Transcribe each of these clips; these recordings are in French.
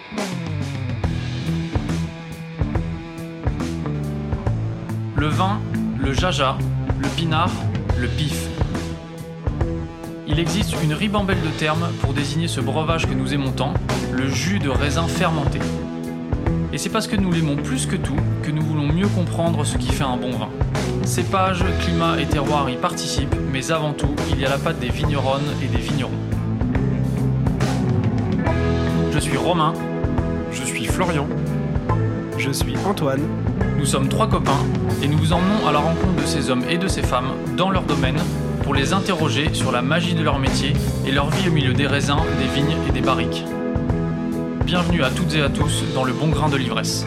Le vin, le jaja, le pinard, le pif. Il existe une ribambelle de termes pour désigner ce breuvage que nous aimons tant, le jus de raisin fermenté. Et c'est parce que nous l'aimons plus que tout que nous voulons mieux comprendre ce qui fait un bon vin. Cépage, climat et terroir y participent, mais avant tout, il y a la patte des vigneronnes et des vignerons. Je suis Romain. Je suis Florian. Je suis Antoine. Nous sommes 3 copains et nous vous emmenons à la rencontre de ces hommes et de ces femmes dans leur domaine pour les interroger sur la magie de leur métier et leur vie au milieu des raisins, des vignes et des barriques. Bienvenue à toutes et à tous dans le bon grain de l'ivresse.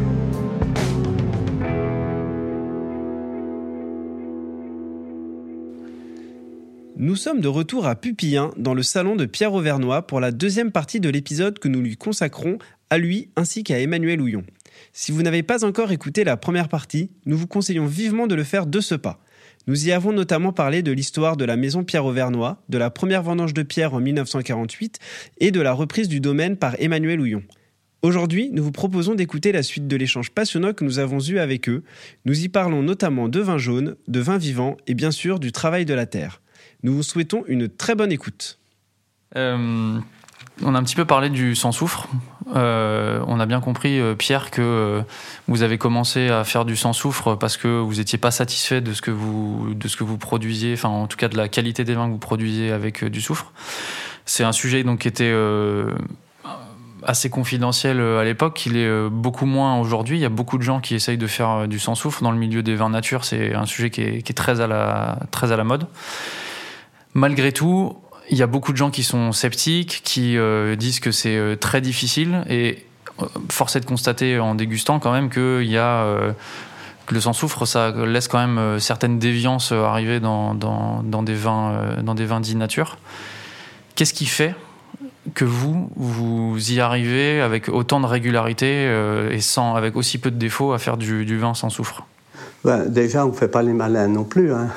Nous sommes de retour à Pupillin, dans le salon de Pierre Auvernois, pour la deuxième partie de l'épisode que nous lui consacrons à lui ainsi qu'à Emmanuel Houillon. Si vous n'avez pas encore écouté la première partie, nous vous conseillons vivement de le faire de ce pas. Nous y avons notamment parlé de l'histoire de la maison Pierre Auvernois, de la première vendange de pierre en 1948 et de la reprise du domaine par Emmanuel Houillon. Aujourd'hui, nous vous proposons d'écouter la suite de l'échange passionnant que nous avons eu avec eux. Nous y parlons notamment de vin jaune, de vin vivant et bien sûr du travail de la terre. Nous vous souhaitons une très bonne écoute. On a un petit peu parlé du sans-soufre. On a bien compris, Pierre, que vous avez commencé à faire du sans-soufre parce que vous n'étiez pas satisfait de ce que vous produisiez, enfin en tout cas de la qualité des vins que vous produisiez avec du soufre. C'est un sujet donc, qui était assez confidentiel à l'époque, il est beaucoup moins aujourd'hui. Il y a beaucoup de gens qui essayent de faire du sans-soufre dans le milieu des vins nature. C'est un sujet qui est très à la mode. Malgré tout, il y a beaucoup de gens qui sont sceptiques, qui disent que c'est très difficile, et force est de constater en dégustant quand même que le sans-soufre, ça laisse quand même certaines déviances arriver dans des vins dits nature. Qu'est-ce qui fait que vous y arrivez avec autant de régularité et avec aussi peu de défauts à faire du vin sans soufre? Déjà, on ne fait pas les malins non plus. Hein.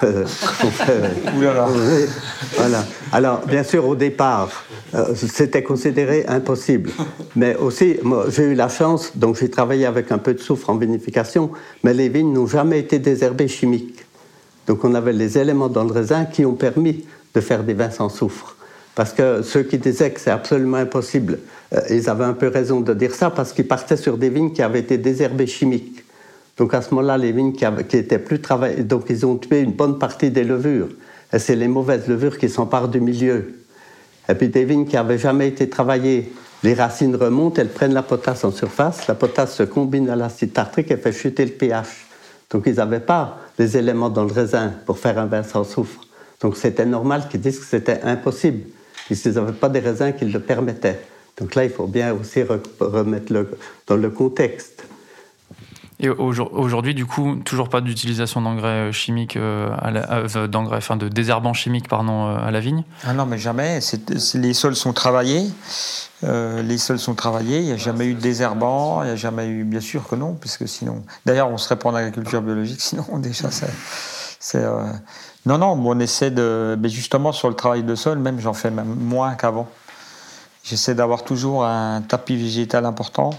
Voilà. Alors, bien sûr, au départ, c'était considéré impossible. Mais aussi, moi, j'ai eu la chance, donc j'ai travaillé avec un peu de soufre en vinification, mais les vignes n'ont jamais été désherbées chimiques. Donc, on avait les éléments dans le raisin qui ont permis de faire des vins sans soufre. Parce que ceux qui disaient que c'est absolument impossible, ils avaient un peu raison de dire ça, parce qu'ils partaient sur des vignes qui avaient été désherbées chimiques. Donc à ce moment-là, les vignes qui étaient plus travaillées, donc ils ont tué une bonne partie des levures. Et c'est les mauvaises levures qui s'emparent du milieu. Et puis des vignes qui n'avaient jamais été travaillées, les racines remontent, elles prennent la potasse en surface, la potasse se combine à l'acide tartrique et fait chuter le pH. Donc ils n'avaient pas les éléments dans le raisin pour faire un vin sans soufre. Donc c'était normal qu'ils disent que c'était impossible, puisqu'ils n'avaient pas des raisins qui le permettaient. Donc là, il faut bien aussi remettre dans le contexte. Et aujourd'hui, du coup, toujours pas d'utilisation d'engrais chimiques, de désherbants chimiques, à la vigne? Ah non, mais jamais. Les sols sont travaillés. Il n'y a jamais eu de désherbant. Il n'y a jamais eu, bien sûr que non, puisque sinon. D'ailleurs, on serait pas en agriculture biologique, sinon déjà c'est. Non, on essaie mais justement sur le travail de sol, même j'en fais même moins qu'avant. J'essaie d'avoir toujours un tapis végétal important.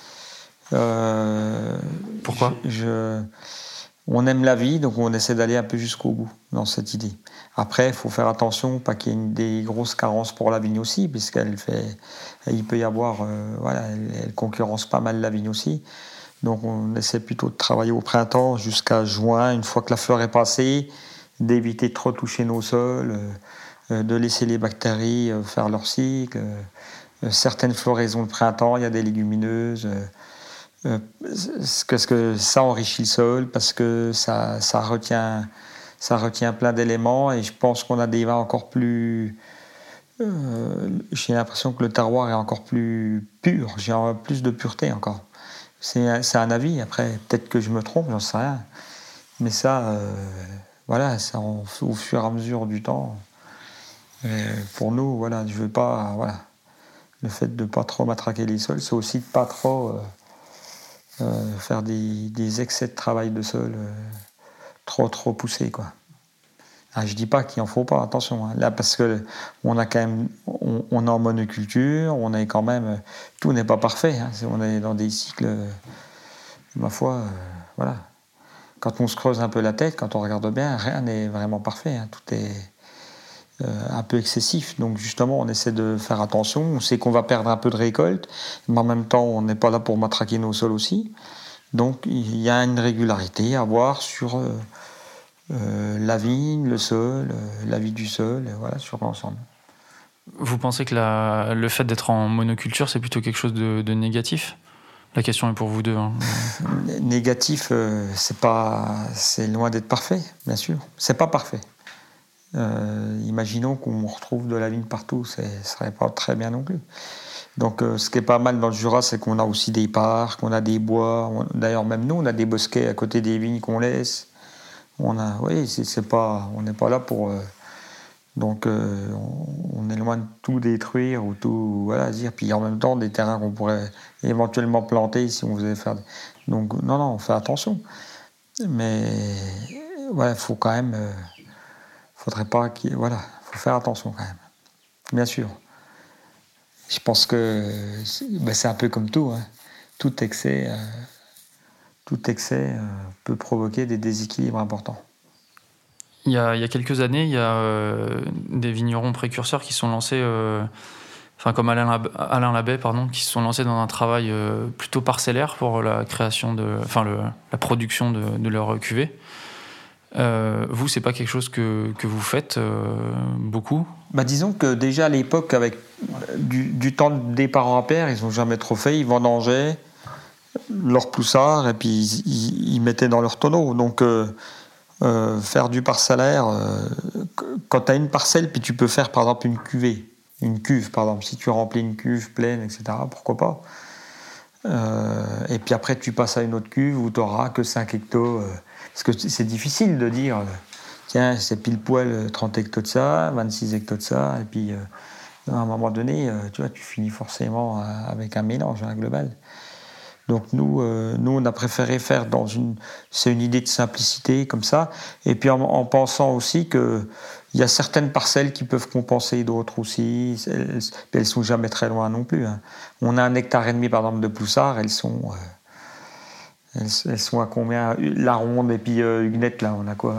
Pourquoi ? On aime la vie, donc on essaie d'aller un peu jusqu'au bout dans cette idée. Après, il faut faire attention, pas qu'il y ait des grosses carences pour la vigne aussi, puisqu'il peut y avoir, elle concurrence pas mal la vigne aussi. Donc on essaie plutôt de travailler au printemps jusqu'à juin, une fois que la fleur est passée, d'éviter de trop toucher nos sols, de laisser les bactéries faire leur cycle. Certaines floraisons de printemps, il y a des légumineuses. Parce que ça enrichit le sol, parce que ça retient plein d'éléments, et je pense qu'on a des vins encore plus. J'ai l'impression que le terroir est encore plus pur, j'ai plus de pureté encore. C'est un avis, après, peut-être que je me trompe, j'en sais rien. Mais ça, au fur et à mesure du temps. Pour nous, je veux pas. Le fait de ne pas trop matraquer les sols, c'est aussi de ne pas trop. Faire des excès de travail de sol trop poussés, quoi. Je dis pas qu'il en faut pas, attention. Là, parce que on a quand même, on est en monoculture, on est quand même, tout n'est pas parfait. On est dans des cycles, ma foi, voilà. Quand on se creuse un peu la tête, quand on regarde bien, rien n'est vraiment parfait. Tout est un peu excessif. Donc justement, on essaie de faire attention. On sait qu'on va perdre un peu de récolte, mais en même temps, on n'est pas là pour matraquer nos sols aussi. Donc il y a une régularité à avoir sur la vigne, le sol, la vie du sol, voilà, sur l'ensemble. Vous pensez que le fait d'être en monoculture, c'est plutôt quelque chose de négatif ? La question est pour vous deux. Négatif, c'est loin d'être parfait, bien sûr. C'est pas parfait. Imaginons qu'on retrouve de la vigne partout, ce serait pas très bien non plus. Donc, ce qui est pas mal dans le Jura, c'est qu'on a aussi des parcs, on a des bois. D'ailleurs, même nous, on a des bosquets à côté des vignes qu'on laisse. On n'est pas là pour. Donc, on est loin de tout détruire ou tout, voilà, dire. Puis en même temps, des terrains qu'on pourrait éventuellement planter si on faisait faire. Donc, non, on fait attention. Mais, voilà, faut quand même. Faudrait pas voilà, faut faire attention quand même. Bien sûr. Je pense que c'est un peu comme tout. Tout excès peut provoquer des déséquilibres importants. Il y a quelques années, il y a des vignerons précurseurs qui sont lancés, comme Alain Labbé, qui se sont lancés dans un travail plutôt parcellaire pour la création la production de leur cuvée. Vous, c'est pas quelque chose que vous faites beaucoup ? Disons que déjà à l'époque, avec du temps des parents-pères, ils n'ont jamais trop fait. Ils vendangeaient leur poussard et puis ils mettaient dans leur tonneau. Donc faire du parcellaire, quand tu as une parcelle, puis tu peux faire par exemple une cuve par exemple. Si tu remplis une cuve pleine, etc., pourquoi pas. Et puis après, tu passes à une autre cuve où tu n'auras que 5 hectos. Parce que c'est difficile de dire, tiens, c'est pile poil 30 hectos de ça, 26 hectos de ça, et puis à un moment donné, tu finis forcément avec un mélange global. Donc nous, on a préféré faire c'est une idée de simplicité comme ça, et puis en pensant aussi qu'il y a certaines parcelles qui peuvent compenser d'autres aussi, elles sont jamais très loin non plus. On a 1,5 hectare par exemple de poussard, elles sont à combien ? La Ronde et puis Huguenette, là, on a quoi ?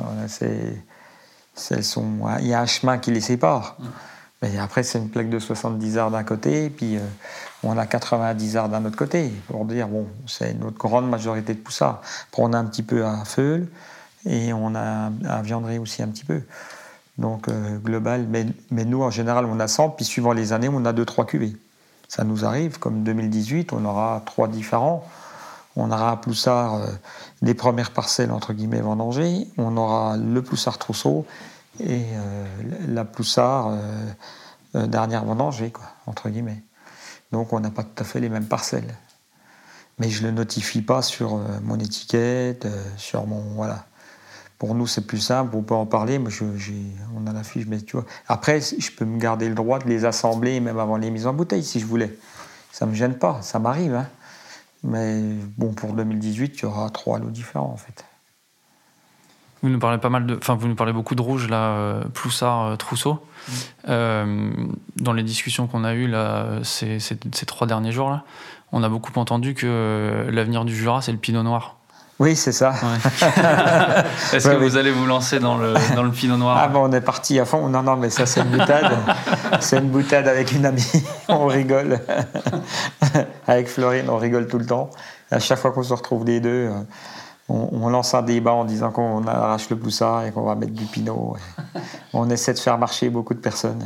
Il y a un chemin qui les sépare. Mais après, c'est une plaque de 70 arts d'un côté, et puis on a 90 arts d'un autre côté. Pour dire, bon, c'est notre grande majorité de poussards. Après, on a un petit peu à Feul, et on a à Viandré aussi un petit peu. Donc, global. Mais nous, en général, on a 100, puis suivant les années, on a 2-3 cuvées. Ça nous arrive, comme 2018, on aura 3 différents. On aura à Ploussard des premières parcelles, entre guillemets, vendangées. On aura le Ploussard Trousseau et la Ploussard dernière vendangée, entre guillemets. Donc on n'a pas tout à fait les mêmes parcelles. Mais je ne le notifie pas sur mon étiquette, sur mon... Voilà. Pour nous, c'est plus simple, on peut en parler, mais on a la fiche, mais tu vois. Après, je peux me garder le droit de les assembler, même avant les mises en bouteille, si je voulais. Ça ne me gêne pas, ça m'arrive, Mais bon, pour 2018, il y aura 3 lots différents en fait. Vous nous parlez vous nous parlez beaucoup de rouge là, Ploussard, Trousseau. Dans les discussions qu'on a eues là, ces 3 derniers jours là, on a beaucoup entendu que l'avenir du Jura, c'est le Pinot Noir. Oui, c'est ça. Ouais. Est-ce que vous allez vous lancer dans le Pinot Noir ? On est parti à fond. Non, mais ça, c'est une boutade. C'est une boutade avec une amie. On rigole. Avec Florine, on rigole tout le temps. À chaque fois qu'on se retrouve les deux, on lance un débat en disant qu'on arrache le Ploussard et qu'on va mettre du Pinot. On essaie de faire marcher beaucoup de personnes.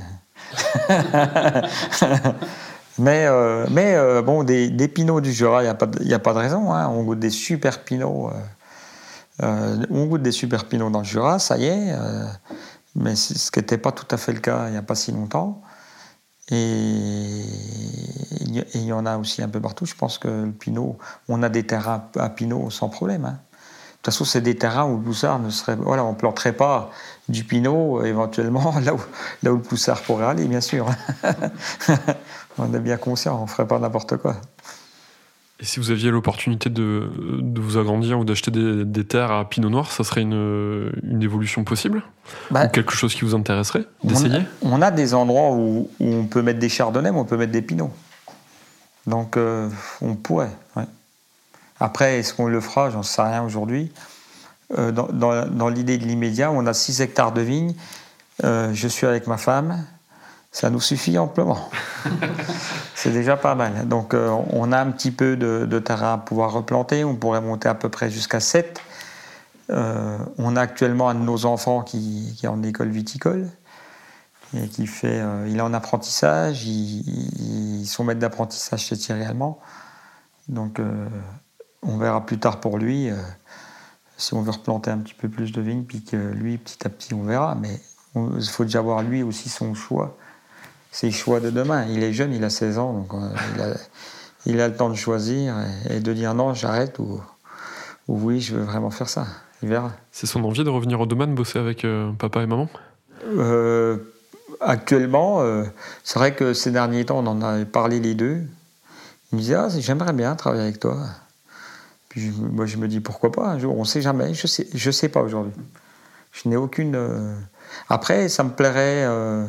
Mais bon, des pinots du Jura, il n'y a pas de raison. On goûte des super pinots. On goûte des super pinots dans le Jura, ça y est. Mais ce qui n'était pas tout à fait le cas il n'y a pas si longtemps. Et il y en a aussi un peu partout. Je pense que le pinot, on a des terrains à pinot sans problème. De toute façon, c'est des terrains où le Ploussard ne serait... Voilà, on ne planterait pas du pinot, éventuellement, là où le Ploussard pourrait aller, bien sûr. On est bien conscient, on ne ferait pas n'importe quoi. Et si vous aviez l'opportunité de vous agrandir ou d'acheter des terres à Pinot Noir, ça serait une évolution possible ? Ou quelque chose qui vous intéresserait d'essayer ? On a des endroits où on peut mettre des chardonnays, mais on peut mettre des pinots. Donc on pourrait, ouais. Après, est-ce qu'on le fera ? J'en sais rien aujourd'hui. Dans l'idée de l'immédiat, on a 6 hectares de vignes. Je suis avec ma femme. Ça nous suffit amplement. C'est déjà pas mal. Donc on a un petit peu de terrain à pouvoir replanter. On pourrait monter à peu près jusqu'à 7. On a actuellement un de nos enfants qui est en école viticole et qui fait... il est en apprentissage. Son maître d'apprentissage, c'est Thierry Allemand. Donc on verra plus tard pour lui si on veut replanter un petit peu plus de vignes, puis que lui, petit à petit, on verra. Mais il faut déjà voir lui aussi son choix. C'est le choix de demain. Il est jeune, il a 16 ans, donc il a le temps de choisir et de dire non, j'arrête ou oui, je veux vraiment faire ça. Il verra. C'est son envie de revenir au domaine, bosser avec papa et maman ? Actuellement, c'est vrai que ces derniers temps, on en a parlé les deux. Il me disait j'aimerais bien travailler avec toi. Puis moi, je me dis pourquoi pas un jour, on ne sait jamais. Je sais pas aujourd'hui. Je n'ai aucune. Après, ça me plairait.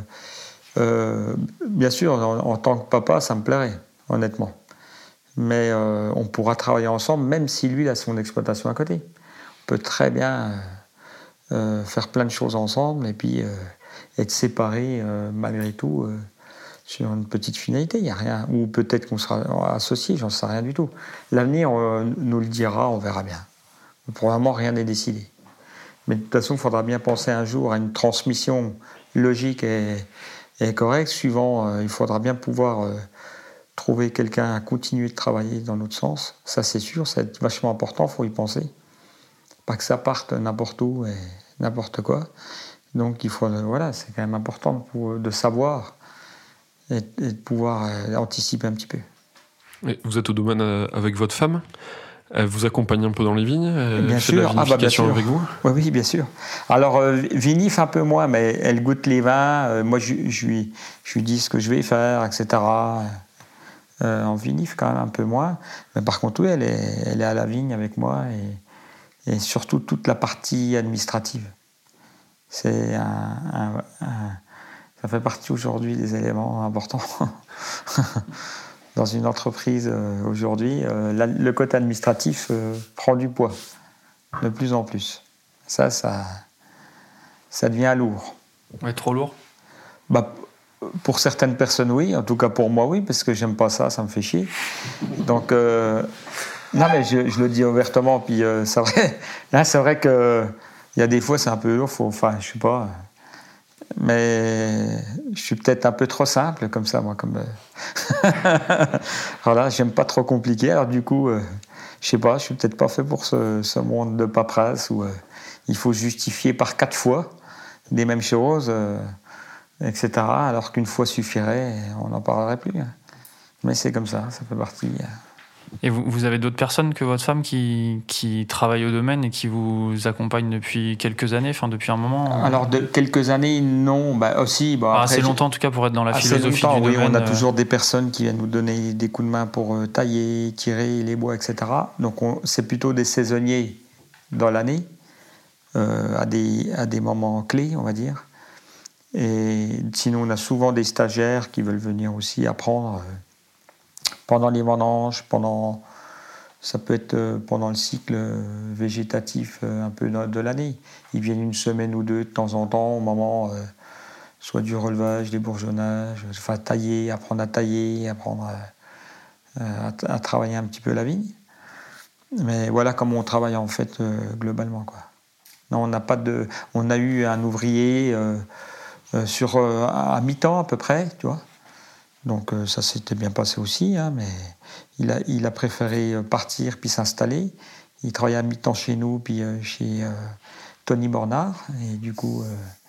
Bien sûr, en tant que papa, ça me plairait, honnêtement. Mais on pourra travailler ensemble, même si lui a son exploitation à côté. On peut très bien faire plein de choses ensemble et puis être séparés malgré tout sur une petite finalité. Il n'y a rien. Ou peut-être qu'on sera associés, j'en sais rien du tout. L'avenir nous le dira, on verra bien. Pour le moment, rien n'est décidé. Mais de toute façon, il faudra bien penser un jour à une transmission logique et correct. Suivant, il faudra bien pouvoir trouver quelqu'un à continuer de travailler dans notre sens. Ça, c'est sûr, ça va être vachement important, il faut y penser. Pas que ça parte n'importe où et n'importe quoi. Donc, il faut, c'est quand même important de savoir et de pouvoir anticiper un petit peu. Et vous êtes au domaine avec votre femme ? Elle vous accompagne un peu dans les vignes ? Bien sûr, bien sûr. Avec vous ? Oui, bien sûr. Alors, vinif un peu moins, mais elle goûte les vins. Moi, je lui dis ce que je vais faire, etc. En vinif, quand même un peu moins. Mais par contre, oui, elle est à la vigne avec moi et surtout toute la partie administrative. C'est ça fait partie aujourd'hui des éléments importants. Dans une entreprise aujourd'hui, le côté administratif prend du poids, de plus en plus. Ça devient lourd. Ouais, trop lourd ? Pour certaines personnes, oui. En tout cas, pour moi, oui, parce que j'aime pas ça, ça me fait chier. Donc, non, mais je le dis ouvertement. Puis, c'est vrai, là, c'est vrai qu'il y a des fois, c'est un peu lourd. Enfin, je sais pas... Mais je suis peut-être un peu trop simple comme ça, moi. Voilà, j'aime pas trop compliqué. Alors du coup, je sais pas, je suis peut-être pas fait pour ce monde de paperasse où il faut justifier par 4 fois des mêmes choses, etc. Alors qu'une fois suffirait, on n'en parlerait plus. Mais c'est comme ça fait partie. Et vous avez d'autres personnes que votre femme qui travaillent au domaine et qui vous accompagnent depuis quelques années, enfin depuis un moment ? Alors de quelques années, non. Aussi. Assez longtemps en tout cas pour être dans la philosophie du domaine. On a toujours des personnes qui viennent nous donner des coups de main pour tailler, tirer les bois, etc. Donc c'est plutôt des saisonniers dans l'année, à des moments clés, on va dire. Et sinon, on a souvent des stagiaires qui veulent venir aussi apprendre pendant les vendanges, ça peut être pendant le cycle végétatif un peu de l'année. Ils viennent une semaine ou deux de temps en temps au moment soit du relevage, des bourgeonnages, enfin apprendre à tailler, apprendre à travailler un petit peu la vigne. Mais voilà comment on travaille en fait globalement, quoi. Non, on a eu un ouvrier à mi-temps à peu près, tu vois. Donc ça s'était bien passé aussi, hein, mais il a préféré partir puis s'installer. Il travaillait à mi-temps chez nous puis chez Tony Bornard. Et du coup,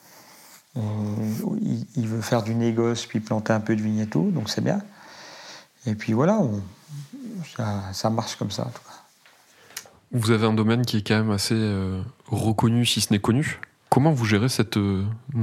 il veut faire du négoce puis planter un peu de vigne et tout, donc c'est bien. Et puis voilà, ça marche comme ça en tout cas. Vous avez un domaine qui est quand même assez reconnu, si ce n'est connu. Comment vous gérez cette notoriété ?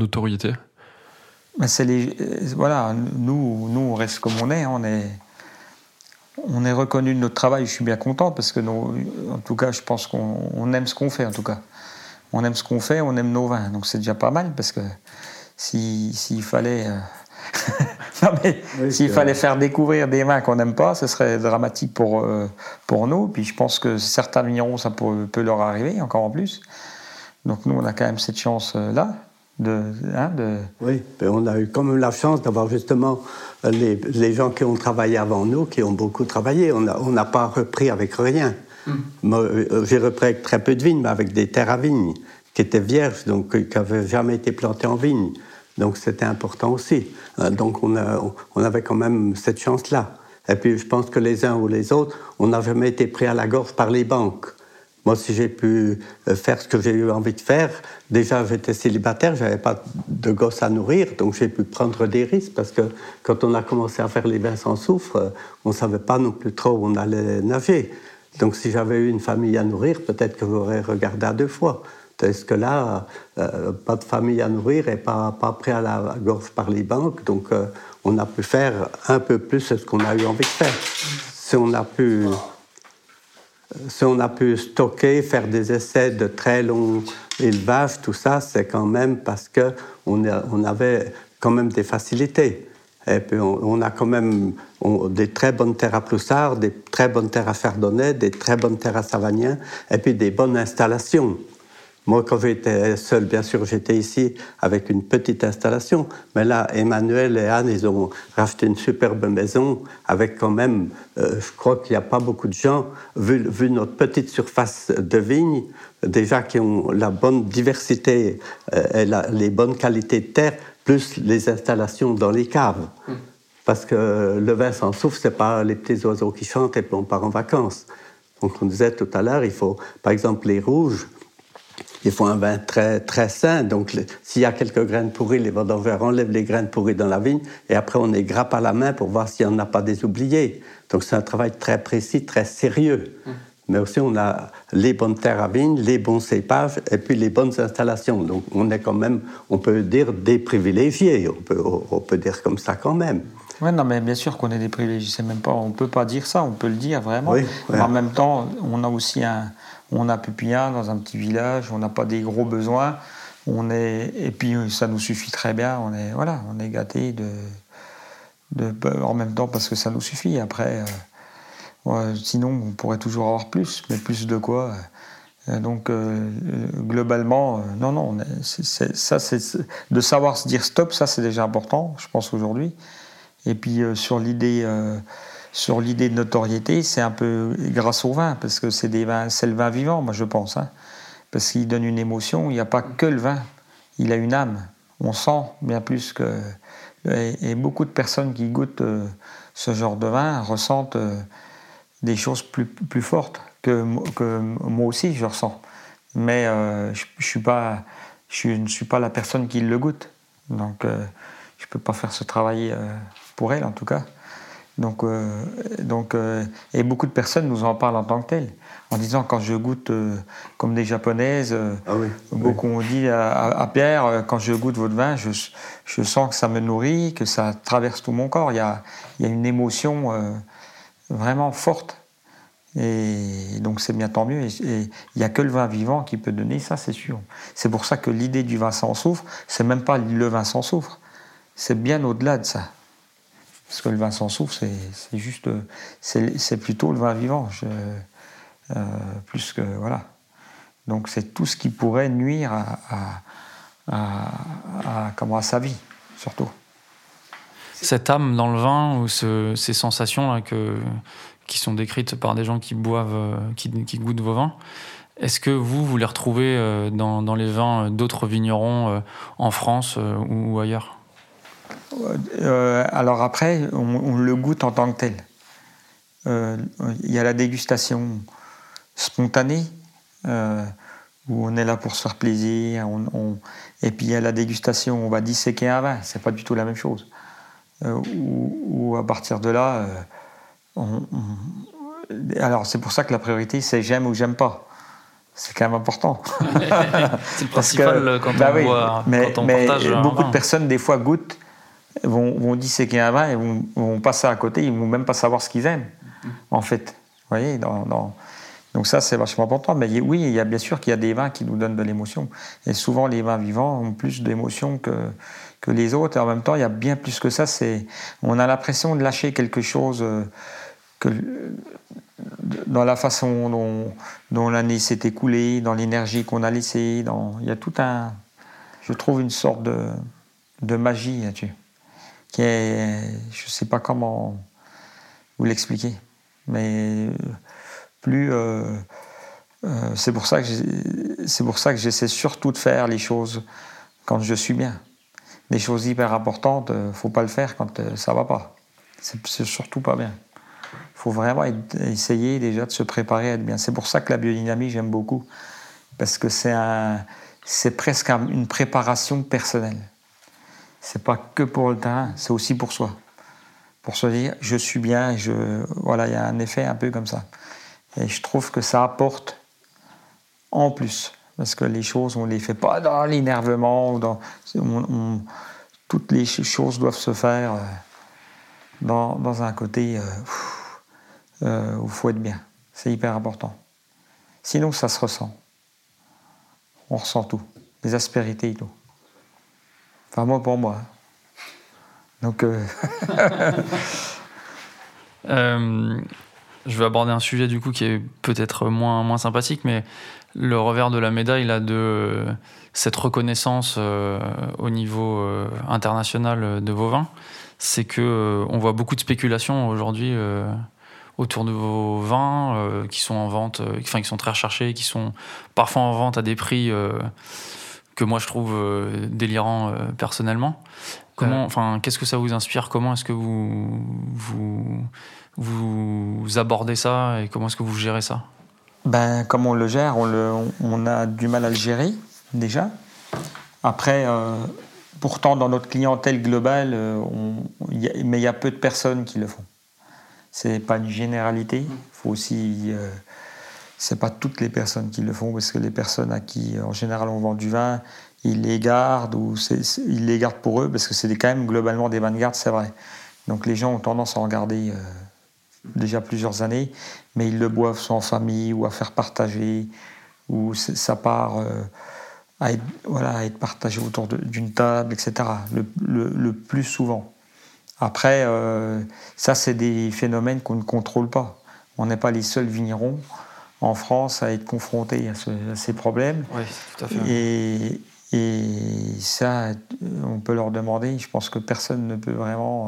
Voilà, nous on reste comme on est. on est reconnu de notre travail. Je suis bien content parce que, en tout cas, je pense qu'on aime ce qu'on fait. En tout cas, on aime ce qu'on fait, on aime nos vins. Donc c'est déjà pas mal parce que s'il fallait, s'il fallait faire découvrir des vins qu'on n'aime pas, ce serait dramatique pour nous. Puis je pense que certains vignerons, ça peut leur arriver encore en plus. Donc nous, on a quand même cette chance-là. Oui, on a eu quand même la chance d'avoir justement les gens qui ont travaillé avant nous, qui ont beaucoup travaillé. On n'a pas repris avec rien. Moi, j'ai repris avec très peu de vignes, mais avec des terres à vignes qui étaient vierges, donc qui n'avaient jamais été plantées en vigne. Donc c'était important aussi. Donc on avait quand même cette chance-là. Et puis je pense que les uns ou les autres, on n'a jamais été pris à la gorge par les banques. Moi, si j'ai pu faire ce que j'ai eu envie de faire, déjà j'étais célibataire, j'avais pas de gosses à nourrir, donc j'ai pu prendre des risques parce que quand on a commencé à faire les vins sans soufre, on savait pas non plus trop où on allait nager. Donc si j'avais eu une famille à nourrir, peut-être que j'aurais regardé à deux fois. Est-ce que là, pas de famille à nourrir et pas pris à la gorge par les banques, donc on a pu faire un peu plus ce qu'on a eu envie de faire. Si on a pu stocker, faire des essais de très longs élevages, tout ça, c'est quand même parce qu'on avait quand même des facilités. Et puis on a quand même des très bonnes terres à Ploussard, des très bonnes terres à Chardonnay, des très bonnes terres à Savagnin, et puis des bonnes installations. Moi, quand j'étais seul, bien sûr, j'étais ici avec une petite installation. Mais là, Emmanuel et Anne, ils ont racheté une superbe maison avec quand même, je crois qu'il n'y a pas beaucoup de gens, vu notre petite surface de vignes, déjà qui ont la bonne diversité et les bonnes qualités de terre, plus les installations dans les caves. Parce que le vin sans soufre, ce n'est pas les petits oiseaux qui chantent et puis on part en vacances. Donc on disait tout à l'heure, il faut, par exemple, les rouges, il faut un vin très, très sain. Donc, s'il y a quelques graines pourries, les vendangeurs enlèvent les graines pourries dans la vigne et après, on les grappe à la main pour voir s'il n'y en a pas des oubliés. Donc, c'est un travail très précis, très sérieux. Mais aussi, on a les bonnes terres à vigne, les bons cépages et puis les bonnes installations. Donc, on est quand même, on peut dire, des privilégiés. On peut dire comme ça quand même. Oui, non, mais bien sûr qu'on est des privilégiés. C'est même pas, on ne peut pas dire ça, on peut le dire vraiment. Oui, mais en même temps, on a aussi on a Pupillen dans un petit village, on n'a pas des gros besoins, et puis ça nous suffit très bien, on est gâtés en même temps parce que ça nous suffit. Après, sinon on pourrait toujours avoir plus, mais plus de quoi donc globalement, non, c'est de savoir se dire stop, ça c'est déjà important, je pense aujourd'hui. Et puis sur l'idée de notoriété, c'est un peu grâce au vin, parce que c'est le vin vivant, moi je pense, parce qu'il donne une émotion. Il n'y a pas que le vin, il a une âme. On sent bien plus que... Et beaucoup de personnes qui goûtent ce genre de vin ressentent des choses plus fortes que moi aussi je ressens. Mais je ne suis pas la personne qui le goûte. Donc je ne peux pas faire ce travail pour elle en tout cas. Donc, et beaucoup de personnes nous en parlent en tant que telles, en disant quand je goûte comme des japonaises, beaucoup ont dit à Pierre, quand je goûte votre vin, je sens que ça me nourrit, que ça traverse tout mon corps. Il y a une émotion vraiment forte. Et donc c'est bien, tant mieux. Et il n'y a que le vin vivant qui peut donner ça, c'est sûr. C'est pour ça que l'idée du vin sans soufre, c'est même pas le vin sans soufre. C'est bien au-delà de ça. Parce que le vin sans soufre, c'est juste, c'est plutôt le vin vivant, plus que voilà. Donc c'est tout ce qui pourrait nuire à sa vie, surtout. Cette âme dans le vin ou ces sensations là qui sont décrites par des gens qui boivent, qui goûtent vos vins, est-ce que vous les retrouvez dans les vins d'autres vignerons en France ou ailleurs? Alors après, on le goûte en tant que tel. Il y a la dégustation spontanée, où on est là pour se faire plaisir, et puis il y a la dégustation, on va disséquer un vin, c'est pas du tout la même chose. Où à partir de là, alors c'est pour ça que la priorité c'est j'aime ou j'aime pas. C'est quand même important. C'est le principal quand on boit, quand on partage. Mais beaucoup de personnes des fois goûtent, vont disséquer un vin et vont passer à côté, ils vont même pas savoir ce qu'ils aiment. en fait. Vous voyez, donc ça, c'est vachement important. Mais oui, il y a bien sûr qu'il y a des vins qui nous donnent de l'émotion. Et souvent, les vins vivants ont plus d'émotion que les autres. Et en même temps, il y a bien plus que ça. On a l'impression de lâcher quelque chose dans la façon dont l'année s'est écoulée, dans l'énergie qu'on a laissée. Il y a je trouve, une sorte de magie là-dessus. Qui est, je ne sais pas comment vous l'expliquer. Mais c'est pour ça que j'essaie surtout de faire les choses quand je suis bien. Les choses hyper importantes, faut pas le faire quand ça va pas. C'est surtout pas bien. Il faut vraiment essayer déjà de se préparer à être bien. C'est pour ça que la biodynamie, j'aime beaucoup. Parce que c'est presque une préparation personnelle. C'est pas que pour le terrain, c'est aussi pour soi. Pour se dire, je suis bien, voilà, il y a un effet un peu comme ça. Et je trouve que ça apporte en plus. Parce que les choses, on ne les fait pas dans l'énervement. Toutes les choses doivent se faire dans un côté où il faut être bien. C'est hyper important. Sinon, ça se ressent. On ressent tout. Les aspérités et tout. Enfin, moi, pour moi. Donc... Je vais aborder un sujet du coup qui est peut-être moins sympathique, mais le revers de la médaille là, de cette reconnaissance au niveau international de vos vins, c'est que on voit beaucoup de spéculation aujourd'hui autour de vos vins qui sont en vente, qui sont très recherchés, qui sont parfois en vente à des prix que moi je trouve délirants personnellement. Qu'est-ce que ça vous inspire ? Comment est-ce que vous abordez ça et comment est-ce que vous gérez ça ? Comme on le gère, on a du mal à le gérer, déjà. Après, pourtant, dans notre clientèle globale, mais il y a peu de personnes qui le font. C'est pas une généralité. Faut aussi... c'est pas toutes les personnes qui le font, parce que les personnes à qui, en général, on vend du vin, ils les gardent, ils les gardent pour eux, parce que c'est quand même globalement des vins de garde, c'est vrai. Donc les gens ont tendance à en garder déjà plusieurs années, mais ils le boivent soit en famille ou à faire partager, ou ça part à être partagé autour d'une table, etc. Le plus souvent. Après, ça, c'est des phénomènes qu'on ne contrôle pas. On n'est pas les seuls vignerons en France à être confrontés à ces problèmes. Oui, tout à fait. Et ça, on peut leur demander. Je pense que personne ne peut vraiment...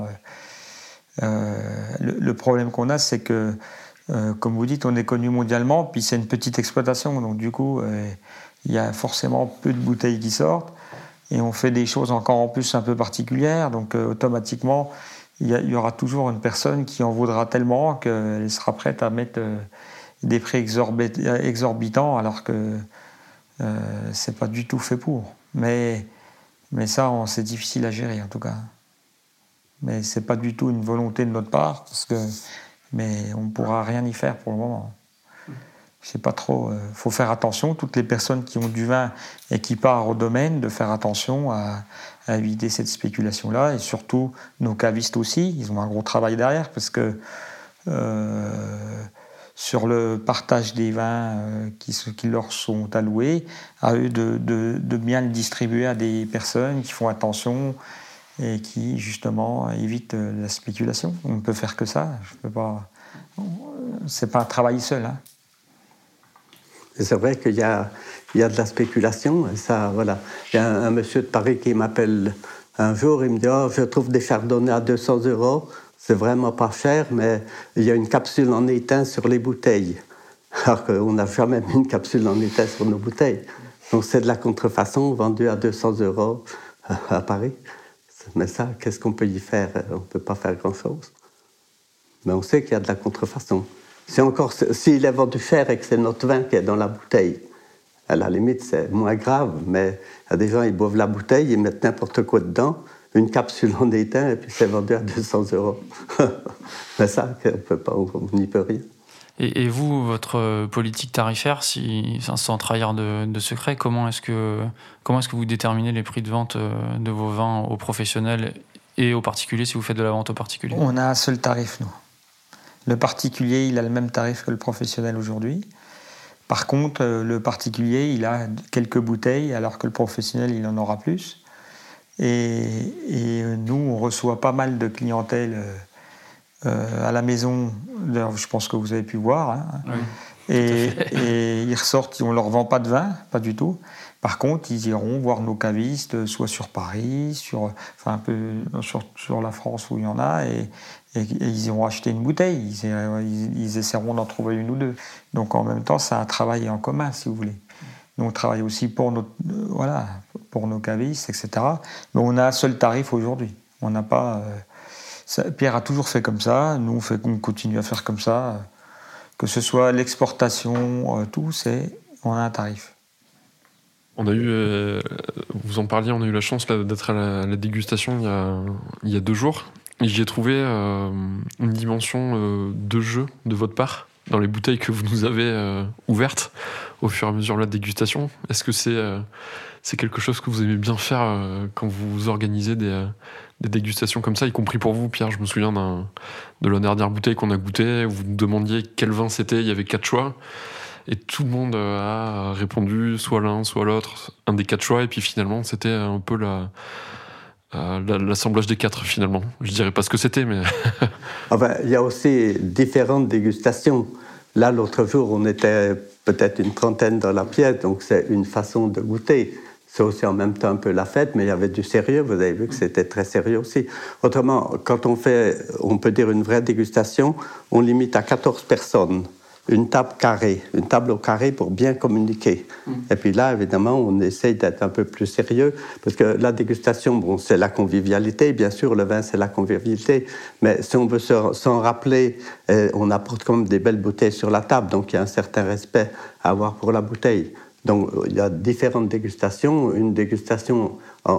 le problème qu'on a, c'est que, comme vous dites, on est connu mondialement, puis c'est une petite exploitation. Donc du coup, il y a forcément peu de bouteilles qui sortent. Et on fait des choses encore en plus un peu particulières. Donc automatiquement, il y aura toujours une personne qui en voudra tellement qu'elle sera prête à mettre des prix exorbitants, alors que c'est pas du tout fait pour. Mais ça, c'est difficile à gérer en tout cas. Mais c'est pas du tout une volonté de notre part, mais on ne pourra rien y faire pour le moment. Je sais pas trop. Faut faire attention, toutes les personnes qui ont du vin et qui partent au domaine, de faire attention à éviter cette spéculation-là. Et surtout, nos cavistes aussi, ils ont un gros travail derrière, parce que sur le partage des vins qui leur sont alloués, à eux de bien le distribuer à des personnes qui font attention et qui, justement, évitent la spéculation. On ne peut faire que ça. C'est pas un travail seul. Hein. C'est vrai qu'il y a de la spéculation. Et ça, voilà. Il y a un monsieur de Paris qui m'appelle un jour, il me dit « Oh, je trouve des chardonnays à 200 €. C'est vraiment pas cher, mais il y a une capsule en étain sur les bouteilles. » Alors qu'on n'a jamais mis une capsule en étain sur nos bouteilles. Donc c'est de la contrefaçon vendue à 200 € à Paris. Mais ça, qu'est-ce qu'on peut y faire ? On ne peut pas faire grand-chose. Mais on sait qu'il y a de la contrefaçon. S'il est vendu cher et que c'est notre vin qui est dans la bouteille, à la limite, c'est moins grave. Mais il y a des gens, ils boivent la bouteille, ils mettent n'importe quoi dedans, une capsule en étain, et puis c'est vendu à 200 €. Mais ça, on n'y peut rien. Et vous, votre politique tarifaire, sans trahir de secret, comment est-ce que vous déterminez les prix de vente de vos vins aux professionnels et aux particuliers, si vous faites de la vente aux particuliers ? On a un seul tarif, nous. Le particulier, il a le même tarif que le professionnel aujourd'hui. Par contre, le particulier, il a quelques bouteilles, alors que le professionnel, il en aura plus. Et nous, on reçoit pas mal de clientèle à la maison. D'ailleurs, je pense que vous avez pu voir. Hein. Oui, et ils ressortent, on ne leur vend pas de vin, pas du tout. Par contre, ils iront voir nos cavistes, soit sur Paris, un peu sur la France où il y en a, et ils iront acheter une bouteille. Ils essaieront d'en trouver une ou deux. Donc en même temps, c'est un travail en commun, si vous voulez. Nous, on travaille aussi pour nos cavistes, etc. Mais on a un seul tarif aujourd'hui. On n'a pas... Pierre a toujours fait comme ça. Nous, on continue à faire comme ça. Que ce soit l'exportation, on a un tarif. On a eu, vous en parliez, on a eu la chance d'être à la dégustation il y a 2 jours. Et j'y ai trouvé une dimension de jeu de votre part dans les bouteilles que vous nous avez ouvertes au fur et à mesure de la dégustation. Est-ce que c'est quelque chose que vous aimez bien faire quand vous organisez des dégustations comme ça, y compris pour vous, Pierre? Je me souviens de la dernière bouteille qu'on a goûtée, vous nous demandiez quel vin c'était, il y avait 4 choix. Et tout le monde a répondu soit l'un, soit l'autre, un des 4 choix. Et puis finalement, c'était un peu l'assemblage des 4 finalement. Je dirais pas ce que c'était, mais... Il y a aussi différentes dégustations. Là, l'autre jour, on était peut-être une trentaine dans la pièce, donc c'est une façon de goûter. C'est aussi en même temps un peu la fête, mais il y avait du sérieux. Vous avez vu que c'était très sérieux aussi. Autrement, quand on peut dire une vraie dégustation, on limite à 14 personnes. Une table au carré pour bien communiquer. Et puis là, évidemment, on essaye d'être un peu plus sérieux, parce que la dégustation, c'est la convivialité, bien sûr, le vin, c'est la convivialité, mais si on veut s'en rappeler, on apporte quand même des belles bouteilles sur la table, donc il y a un certain respect à avoir pour la bouteille. Donc, il y a différentes dégustations. Une dégustation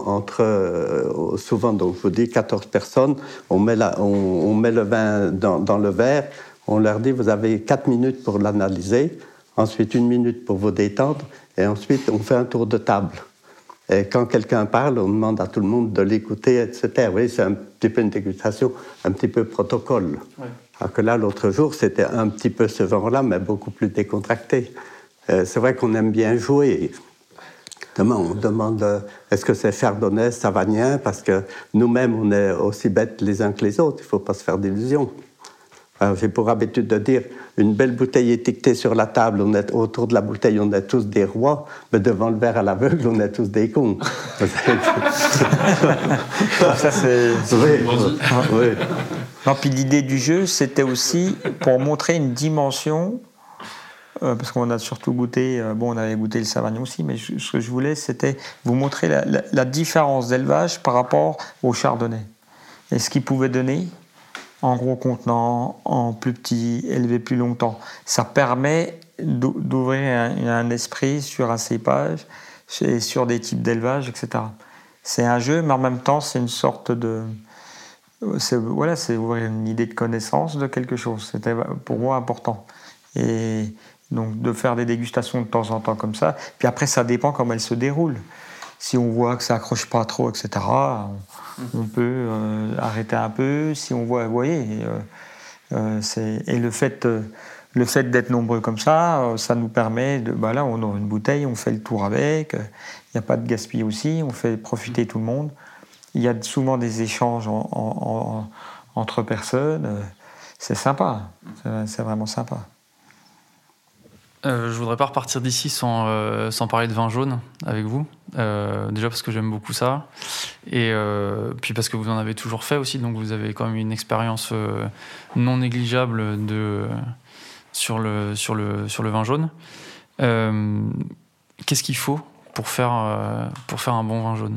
entre, souvent, donc, je vous dis, 14 personnes, on met le vin dans le verre. On leur dit, vous avez 4 minutes pour l'analyser, ensuite 1 minute pour vous détendre, et ensuite on fait un tour de table. Et quand quelqu'un parle, on demande à tout le monde de l'écouter, etc. Vous voyez, c'est un petit peu une dégustation, un petit peu protocole. Ouais. Alors que là, l'autre jour, c'était un petit peu ce genre-là, mais beaucoup plus décontracté. C'est vrai qu'on aime bien jouer. On demande, est-ce que c'est chardonnay, savagnin? Parce que nous-mêmes, on est aussi bêtes les uns que les autres, il ne faut pas se faire d'illusions. Alors, j'ai pour habitude de dire, une belle bouteille étiquetée sur la table, autour de la bouteille, on est tous des rois, mais devant le verre à l'aveugle, on est tous des cons. Ça, c'est... Oui. Non, puis l'idée du jeu, c'était aussi pour montrer une dimension, parce qu'on a surtout goûté, on avait goûté le savagnin aussi, mais ce que je voulais, c'était vous montrer la différence d'élevage par rapport au chardonnay. Et ce qu'il pouvait donner en gros contenant, en plus petit, élevé plus longtemps. Ça permet d'ouvrir un esprit sur un cépage et sur des types d'élevage, etc. C'est un jeu, mais en même temps, c'est une sorte de... C'est ouvrir une idée de connaissance de quelque chose. C'était pour moi important. Et donc, de faire des dégustations de temps en temps comme ça. Puis après, ça dépend comment elles se déroulent. Si on voit que ça accroche pas trop, etc., on peut arrêter un peu. Si on voit, vous voyez, et le fait d'être nombreux comme ça, ça nous permet de, là, on a une bouteille, on fait le tour avec. Il n'y a pas de gaspillage aussi. On fait profiter tout le monde. Il y a souvent des échanges entre personnes. C'est sympa. C'est vraiment sympa. Je voudrais pas repartir d'ici sans parler de vin jaune avec vous. Déjà parce que j'aime beaucoup ça. Et puis parce que vous en avez toujours fait aussi. Donc vous avez quand même une expérience non négligeable sur le vin jaune. Qu'est-ce qu'il faut pour faire un bon vin jaune ?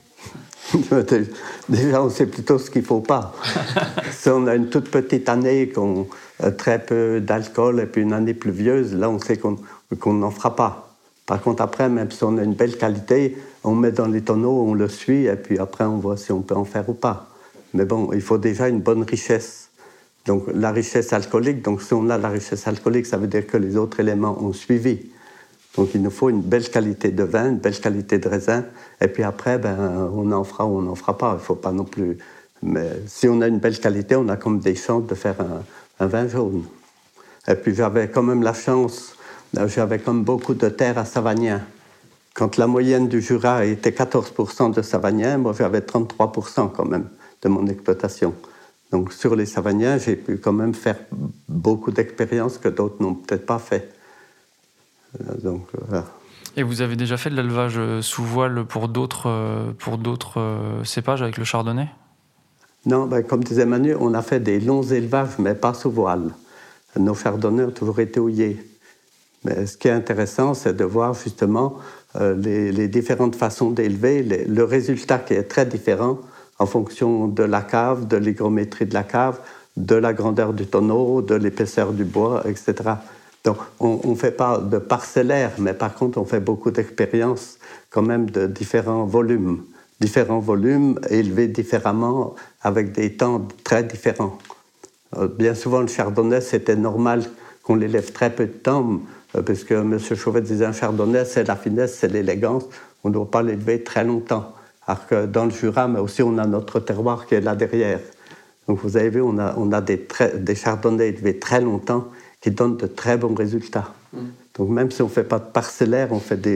Déjà, on sait plutôt ce qu'il ne faut pas. Si on a une toute petite année, très peu d'alcool, et puis une année pluvieuse, là, on sait qu'on n'en fera pas. Par contre, après, même si on a une belle qualité, on met dans les tonneaux, on le suit, et puis après, on voit si on peut en faire ou pas. Mais bon, il faut déjà une bonne richesse. Donc, la richesse alcoolique, donc si on a la richesse alcoolique, ça veut dire que les autres éléments ont suivi. Donc, il nous faut une belle qualité de vin, une belle qualité de raisin. Et puis après, on en fera ou on n'en fera pas. Il ne faut pas non plus... Mais si on a une belle qualité, on a comme des chances de faire un vin jaune. Et puis j'avais quand même la chance, j'avais comme beaucoup de terres à Savagnin. Quand la moyenne du Jura était 14% de Savagnin, moi j'avais 33% quand même de mon exploitation. Donc sur les Savagnin, j'ai pu quand même faire beaucoup d'expériences que d'autres n'ont peut-être pas fait. Donc voilà. Et vous avez déjà fait de l'élevage sous voile pour d'autres cépages avec le chardonnay ? Non, comme disait Manu, on a fait des longs élevages, mais pas sous voile. Nos chardonnays ont toujours été houillés. Mais ce qui est intéressant, c'est de voir justement les différentes façons d'élever, le résultat qui est très différent en fonction de la cave, de l'hygrométrie de la cave, de la grandeur du tonneau, de l'épaisseur du bois, etc. Donc, on ne fait pas de parcellaire, mais par contre, on fait beaucoup d'expériences quand même de différents volumes élevés différemment avec des temps très différents. Bien souvent, le chardonnay, c'était normal qu'on l'élève très peu de temps, parce que M. Chauvet disait un chardonnay, c'est la finesse, c'est l'élégance, on ne doit pas l'élever très longtemps. Alors que dans le Jura, mais aussi on a notre terroir qui est là derrière. Donc vous avez vu, on a des chardonnays élevés très longtemps qui donnent de très bons résultats. Donc même si on ne fait pas de parcellaire, on fait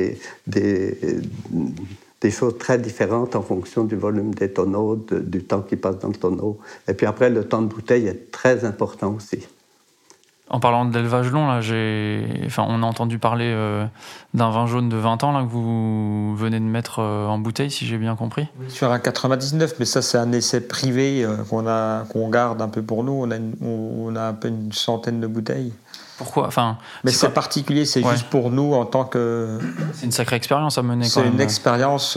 des choses très différentes en fonction du volume des tonneaux, du temps qui passe dans le tonneau. Et puis après, le temps de bouteille est très important aussi. En parlant de l'élevage long, là, on a entendu parler d'un vin jaune de 20 ans là, que vous venez de mettre en bouteille, si j'ai bien compris. Sur un 99, mais ça c'est un essai privé qu'on garde un peu pour nous. On a un peu une centaine de bouteilles. Pourquoi ? Mais c'est particulier, c'est juste pour nous en tant que... C'est une sacrée expérience à mener. C'est une expérience...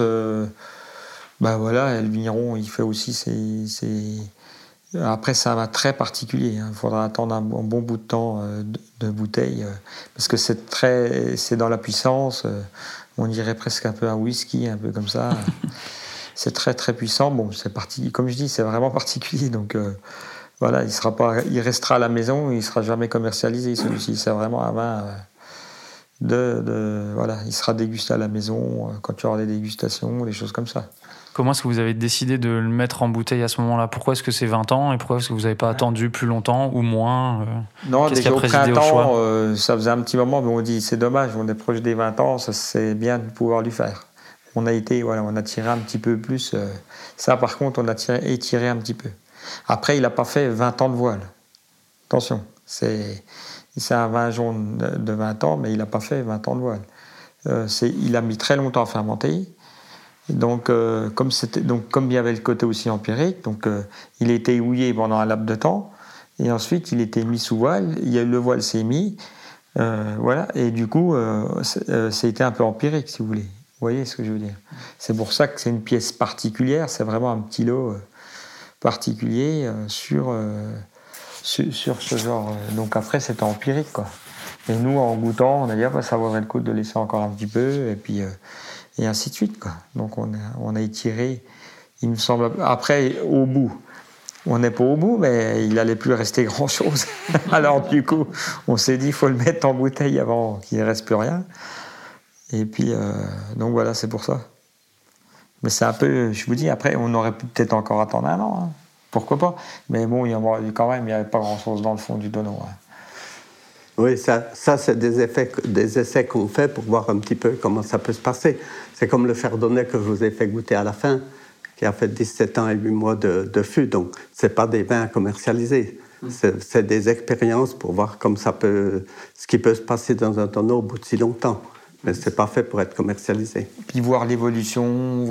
le vigneron, il fait aussi ses... Après, c'est un vin très particulier. Il faudra attendre un bon bout de temps de bouteille, parce que c'est dans la puissance. On dirait presque un peu un whisky, un peu comme ça. C'est très très puissant. Bon, comme je dis, c'est vraiment particulier. Donc il restera à la maison, il sera jamais commercialisé. Celui-ci, c'est vraiment un vin il sera dégusté à la maison quand il y aura des dégustations, des choses comme ça. Comment est-ce que vous avez décidé de le mettre en bouteille à ce moment-là ? Pourquoi est-ce que c'est 20 ans et pourquoi est-ce que vous n'avez pas attendu plus longtemps ou moins Non, déjà au printemps, ça faisait un petit moment, mais on dit c'est dommage, on est proche des 20 ans, ça c'est bien de pouvoir lui faire. On a tiré un petit peu plus. Ça par contre, on a étiré un petit peu. Après, il n'a pas fait 20 ans de voile. Attention, c'est un vin jaune de 20 ans, mais il n'a pas fait 20 ans de voile. Il a mis très longtemps à fermenter. Donc, comme il y avait le côté aussi empirique, il a été houillé pendant un laps de temps, et ensuite il était mis sous voile. Le voile s'est mis, et du coup, c'était un peu empirique, si vous voulez. Vous voyez ce que je veux dire ? C'est pour ça que c'est une pièce particulière. C'est vraiment un petit lot particulier sur ce genre. Donc après, c'était empirique, quoi. Et nous, en goûtant, on a dit ça vaudrait le coup de laisser encore un petit peu, et puis. Et ainsi de suite, quoi. Donc on a étiré, il me semble. Après, au bout, on n'est pas au bout, mais il n'allait plus rester grand-chose. Alors du coup, on s'est dit, il faut le mettre en bouteille avant qu'il ne reste plus rien. Et puis, donc voilà, c'est pour ça. Mais c'est un peu, je vous dis, après, on aurait pu peut-être encore attendre un an. Hein. Pourquoi pas ? Mais bon, quand même, il n'y avait pas grand-chose dans le fond du tonneau. Hein. Oui, ça c'est des essais qu'on fait pour voir un petit peu comment ça peut se passer. C'est comme le chardonnay que je vous ai fait goûter à la fin, qui a fait 17 ans et 8 mois de fût. Donc, ce n'est pas des vins commercialisés. C'est des expériences pour voir ce qui peut se passer dans un tonneau au bout de si longtemps. Mais ce n'est pas fait pour être commercialisé. Puis voir l'évolution,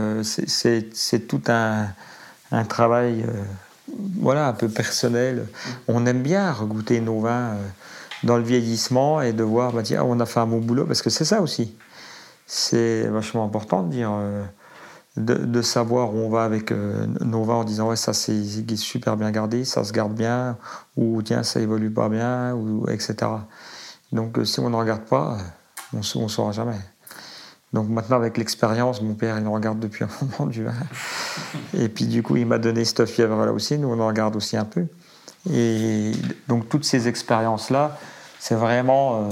c'est tout un travail un peu personnel. On aime bien regoûter nos vins dans le vieillissement et de voir, on a fait un bon boulot, parce que c'est ça aussi. C'est vachement important de dire, de savoir où on va avec nos vins en disant, ça c'est super bien gardé, ça se garde bien, ou tiens, ça évolue pas bien, etc. Donc si on ne regarde pas, on ne saura jamais. Donc maintenant, avec l'expérience, mon père, il en regarde depuis un moment du vin. Et puis du coup, il m'a donné cette fièvre-là aussi, nous on en regarde aussi un peu. Et donc toutes ces expériences-là, c'est vraiment...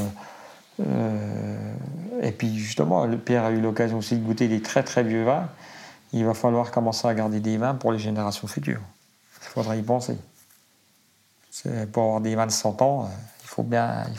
et puis justement, le Pierre a eu l'occasion aussi de goûter des très très vieux vins. Il va falloir commencer à garder des vins pour les générations futures. Il faudra y penser. Pour avoir des vins de 100 ans, il faut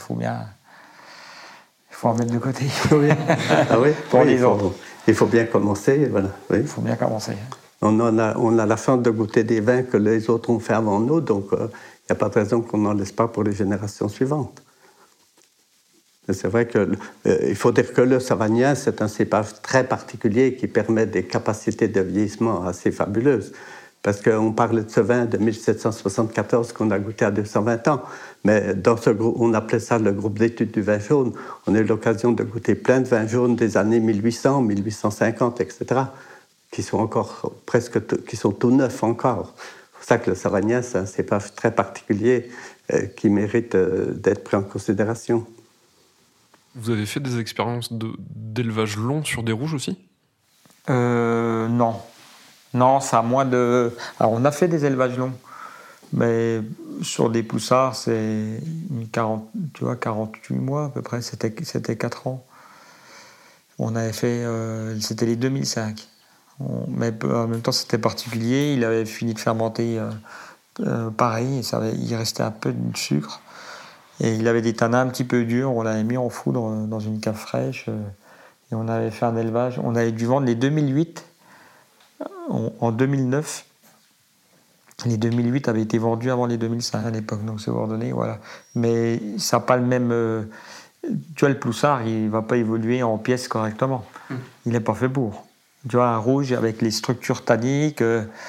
en mettre de côté. Oui. Ah oui, Pour les autres. Il faut bien commencer, voilà. Oui. Il faut bien commencer. On a la chance de goûter des vins que les autres ont fait avant nous, donc il n'y a pas de raison qu'on n'en laisse pas pour les générations suivantes. Et c'est vrai qu'il faut dire que le Savagnin, c'est un cépage très particulier qui permet des capacités de vieillissement assez fabuleuses. Parce qu'on parlait de ce vin de 1774 qu'on a goûté à 220 ans, mais dans ce groupe, on appelait ça le groupe d'études du vin jaune. On a eu l'occasion de goûter plein de vins jaunes des années 1800, 1850, etc., qui sont encore qui sont tout neufs encore. C'est pour ça que le Savagnin, c'est un cépage très particulier qui mérite d'être pris en considération. Vous avez fait des expériences d'élevage long sur des rouges aussi ? Non. Non, ça a moins de... Alors, on a fait des élevages longs, mais sur des poussards, c'est 48 mois à peu près, c'était 4 ans. On avait fait... c'était les 2005. Mais en même temps, c'était particulier. Il avait fini de fermenter pareil, il restait un peu de sucre. Et il avait des tanins un petit peu durs. On l'avait mis en foudre dans une cave fraîche. Et on avait fait un élevage. On avait dû vendre les 2008 en 2009. Les 2008 avaient été vendus avant les 2005 à l'époque, donc c'est ordonné, voilà. Mais ça n'a pas le même... tu vois, le Ploussard, il ne va pas évoluer en pièces correctement. Il n'est pas fait pour. Tu vois, un rouge avec les structures tanniques,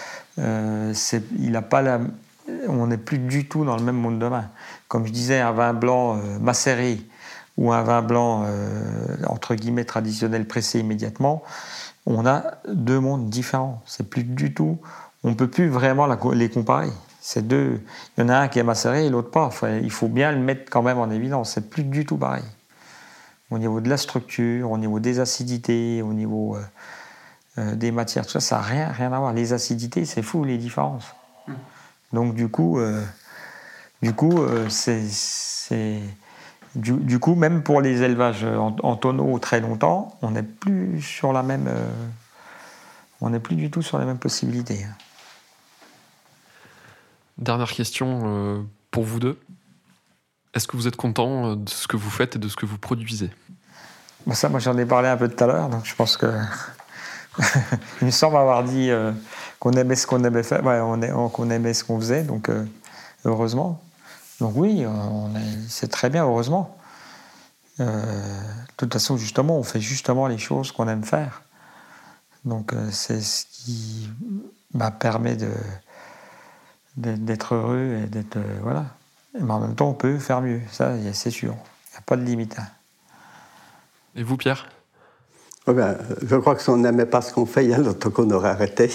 il n'a pas la... On n'est plus du tout dans le même monde de vin. Comme je disais, un vin blanc macéré ou un vin blanc, entre guillemets, traditionnel, pressé immédiatement, on a deux mondes différents. C'est plus du tout... On ne peut plus vraiment les comparer. C'est deux... Il y en a un qui est macéré et l'autre pas. Enfin, il faut bien le mettre quand même en évidence. C'est plus du tout pareil. Au niveau de la structure, au niveau des acidités, au niveau des matières, tout ça, ça n'a rien à voir. Les acidités, c'est fou, les différences. Donc du coup, même pour les élevages en tonneau très longtemps, on n'est plus sur la même... on n'est plus du tout sur les mêmes possibilités. Dernière question pour vous deux. Est-ce que vous êtes content de ce que vous faites et de ce que vous produisez ? Ben ça, moi j'en ai parlé un peu tout à l'heure, donc je pense que... Il me semble avoir dit qu'on aimait ce qu'on aimait faire, qu'on aimait ce qu'on faisait, donc heureusement. Donc oui, c'est très bien, heureusement. De toute façon, justement, on fait justement les choses qu'on aime faire. Donc c'est ce qui permet d'être heureux et d'être... voilà. Mais en même temps, on peut faire mieux, ça, c'est sûr. Il n'y a pas de limite. Hein. Et vous, Pierre ? Je crois que si on n'aimait pas ce qu'on fait, il y a longtemps qu'on aurait arrêté.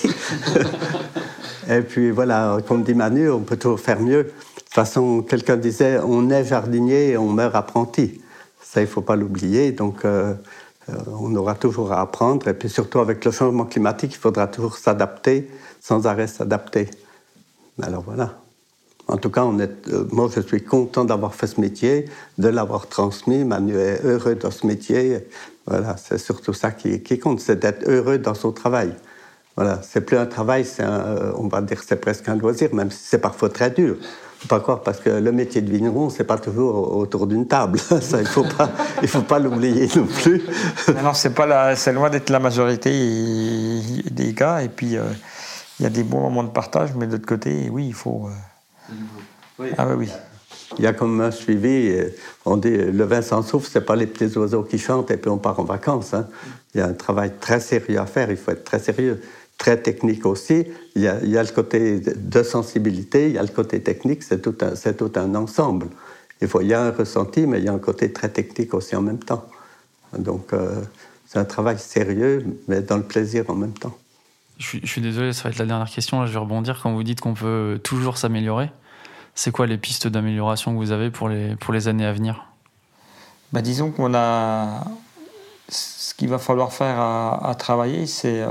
Et puis voilà, comme dit Manu, on peut toujours faire mieux. De toute façon, quelqu'un disait, on est jardinier et on meurt apprenti. Ça, il ne faut pas l'oublier. Donc, on aura toujours à apprendre. Et puis surtout, avec le changement climatique, il faudra toujours s'adapter, sans arrêt s'adapter. Alors voilà. En tout cas, moi, je suis content d'avoir fait ce métier, de l'avoir transmis. Manu est heureux dans ce métier. Voilà, c'est surtout ça qui compte, c'est d'être heureux dans son travail. Voilà, c'est plus un travail, on va dire c'est presque un loisir, même si c'est parfois très dur. Faut pas croire, parce que le métier de vigneron, c'est pas toujours autour d'une table. Ça, il faut pas l'oublier non plus. Non, c'est loin d'être la majorité des cas. Et puis, il y a des bons moments de partage, mais de l'autre côté, oui, il faut... Oui. Ah oui. Il y a comme un suivi, on dit le vin sans soufre, c'est pas les petits oiseaux qui chantent et puis on part en vacances. Hein. Il y a un travail très sérieux à faire, il faut être très sérieux, très technique aussi. Il y a le côté de sensibilité, il y a le côté technique, c'est tout un ensemble. Il y a un ressenti, mais il y a un côté très technique aussi en même temps. Donc c'est un travail sérieux, mais dans le plaisir en même temps. Je suis désolé, ça va être la dernière question. Là, je vais rebondir. Quand vous dites qu'on peut toujours s'améliorer, c'est quoi les pistes d'amélioration que vous avez pour les années à venir ? Disons qu'on a... Ce qu'il va falloir faire à travailler, c'est...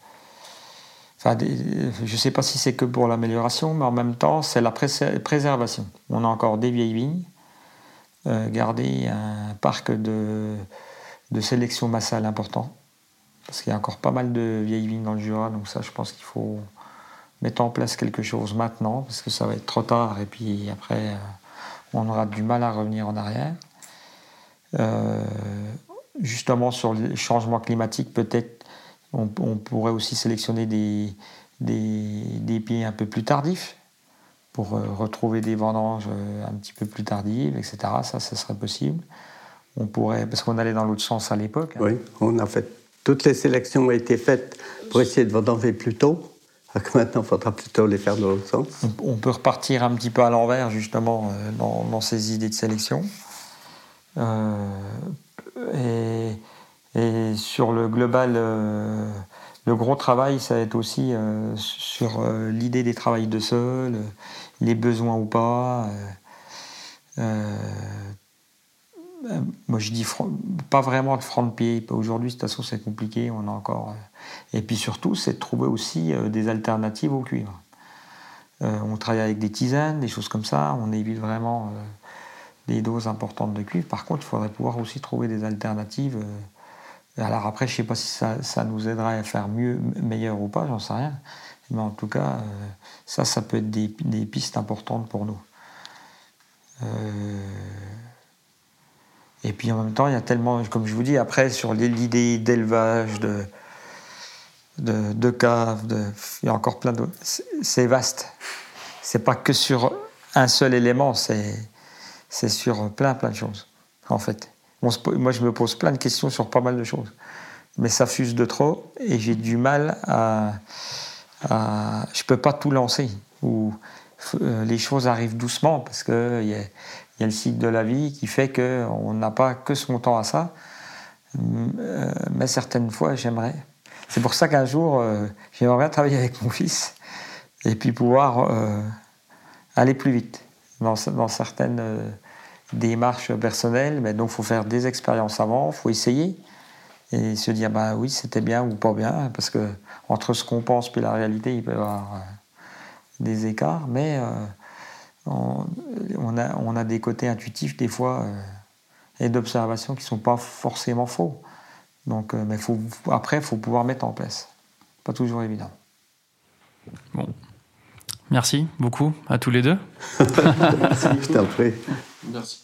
je ne sais pas si c'est que pour l'amélioration, mais en même temps, c'est la préservation. On a encore des vieilles vignes. Garder un parc de sélection massale important. Parce qu'il y a encore pas mal de vieilles vignes dans le Jura, donc ça, je pense qu'il faut mettre en place quelque chose maintenant, parce que ça va être trop tard, et puis après, on aura du mal à revenir en arrière. Justement, sur le changement climatique, peut-être, on pourrait aussi sélectionner des pieds un peu plus tardifs, pour retrouver des vendanges un petit peu plus tardives, etc. Ça serait possible. On pourrait, parce qu'on allait dans l'autre sens à l'époque. Oui, on a fait. Toutes les sélections ont été faites pour essayer de vendanger plus tôt. Alors que maintenant, il faudra plutôt les faire dans l'autre sens. On peut repartir un petit peu à l'envers, justement, dans ces idées de sélection. Et sur le global, le gros travail, ça va être aussi sur l'idée des travails de sol, les besoins ou pas. Moi, je dis pas vraiment de franc de pied. Aujourd'hui, de toute façon, c'est compliqué. On a encore. Et puis surtout, c'est de trouver aussi des alternatives au cuivre. On travaille avec des tisanes, des choses comme ça. On évite vraiment des doses importantes de cuivre. Par contre, il faudrait pouvoir aussi trouver des alternatives. Alors après, je ne sais pas si ça nous aiderait à faire mieux, meilleur ou pas, j'en sais rien. Mais en tout cas, ça peut être des pistes importantes pour nous. Et puis en même temps, il y a tellement, comme je vous dis, après, sur l'idée d'élevage, de caves, il y a encore plein d'autres. C'est vaste. C'est pas que sur un seul élément, c'est sur plein de choses, en fait. Moi, je me pose plein de questions sur pas mal de choses. Mais ça fuse de trop et j'ai du mal à je peux pas tout lancer. Les choses arrivent doucement parce qu'il y a le cycle de la vie qui fait qu'on n'a pas que son temps à ça. Mais certaines fois, j'aimerais. C'est pour ça qu'un jour, j'aimerais bien travailler avec mon fils et puis pouvoir aller plus vite dans certaines démarches personnelles. Mais donc, il faut faire des expériences avant, il faut essayer et se dire, bah oui, c'était bien ou pas bien, parce que entre ce qu'on pense et la réalité, il peut y avoir des écarts, mais on a des côtés intuitifs des fois et d'observation qui ne sont pas forcément faux. Donc, mais après, il faut pouvoir mettre en place. Pas toujours évident. Bon. Merci beaucoup à tous les deux. Merci, je t'en prie. Merci.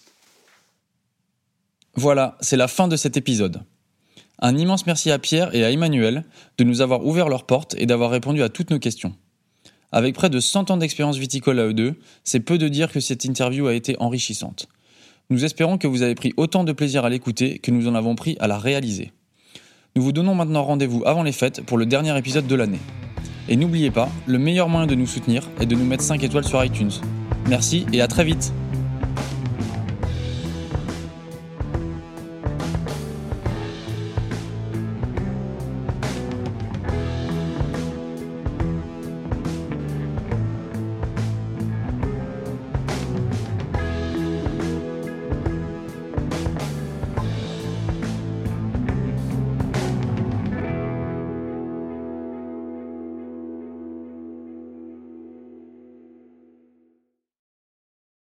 Voilà, c'est la fin de cet épisode. Un immense merci à Pierre et à Emmanuel de nous avoir ouvert leurs portes et d'avoir répondu à toutes nos questions. Avec près de 100 ans d'expérience viticole à eux deux, c'est peu de dire que cette interview a été enrichissante. Nous espérons que vous avez pris autant de plaisir à l'écouter que nous en avons pris à la réaliser. Nous vous donnons maintenant rendez-vous avant les fêtes pour le dernier épisode de l'année. Et n'oubliez pas, le meilleur moyen de nous soutenir est de nous mettre 5 étoiles sur iTunes. Merci et à très vite.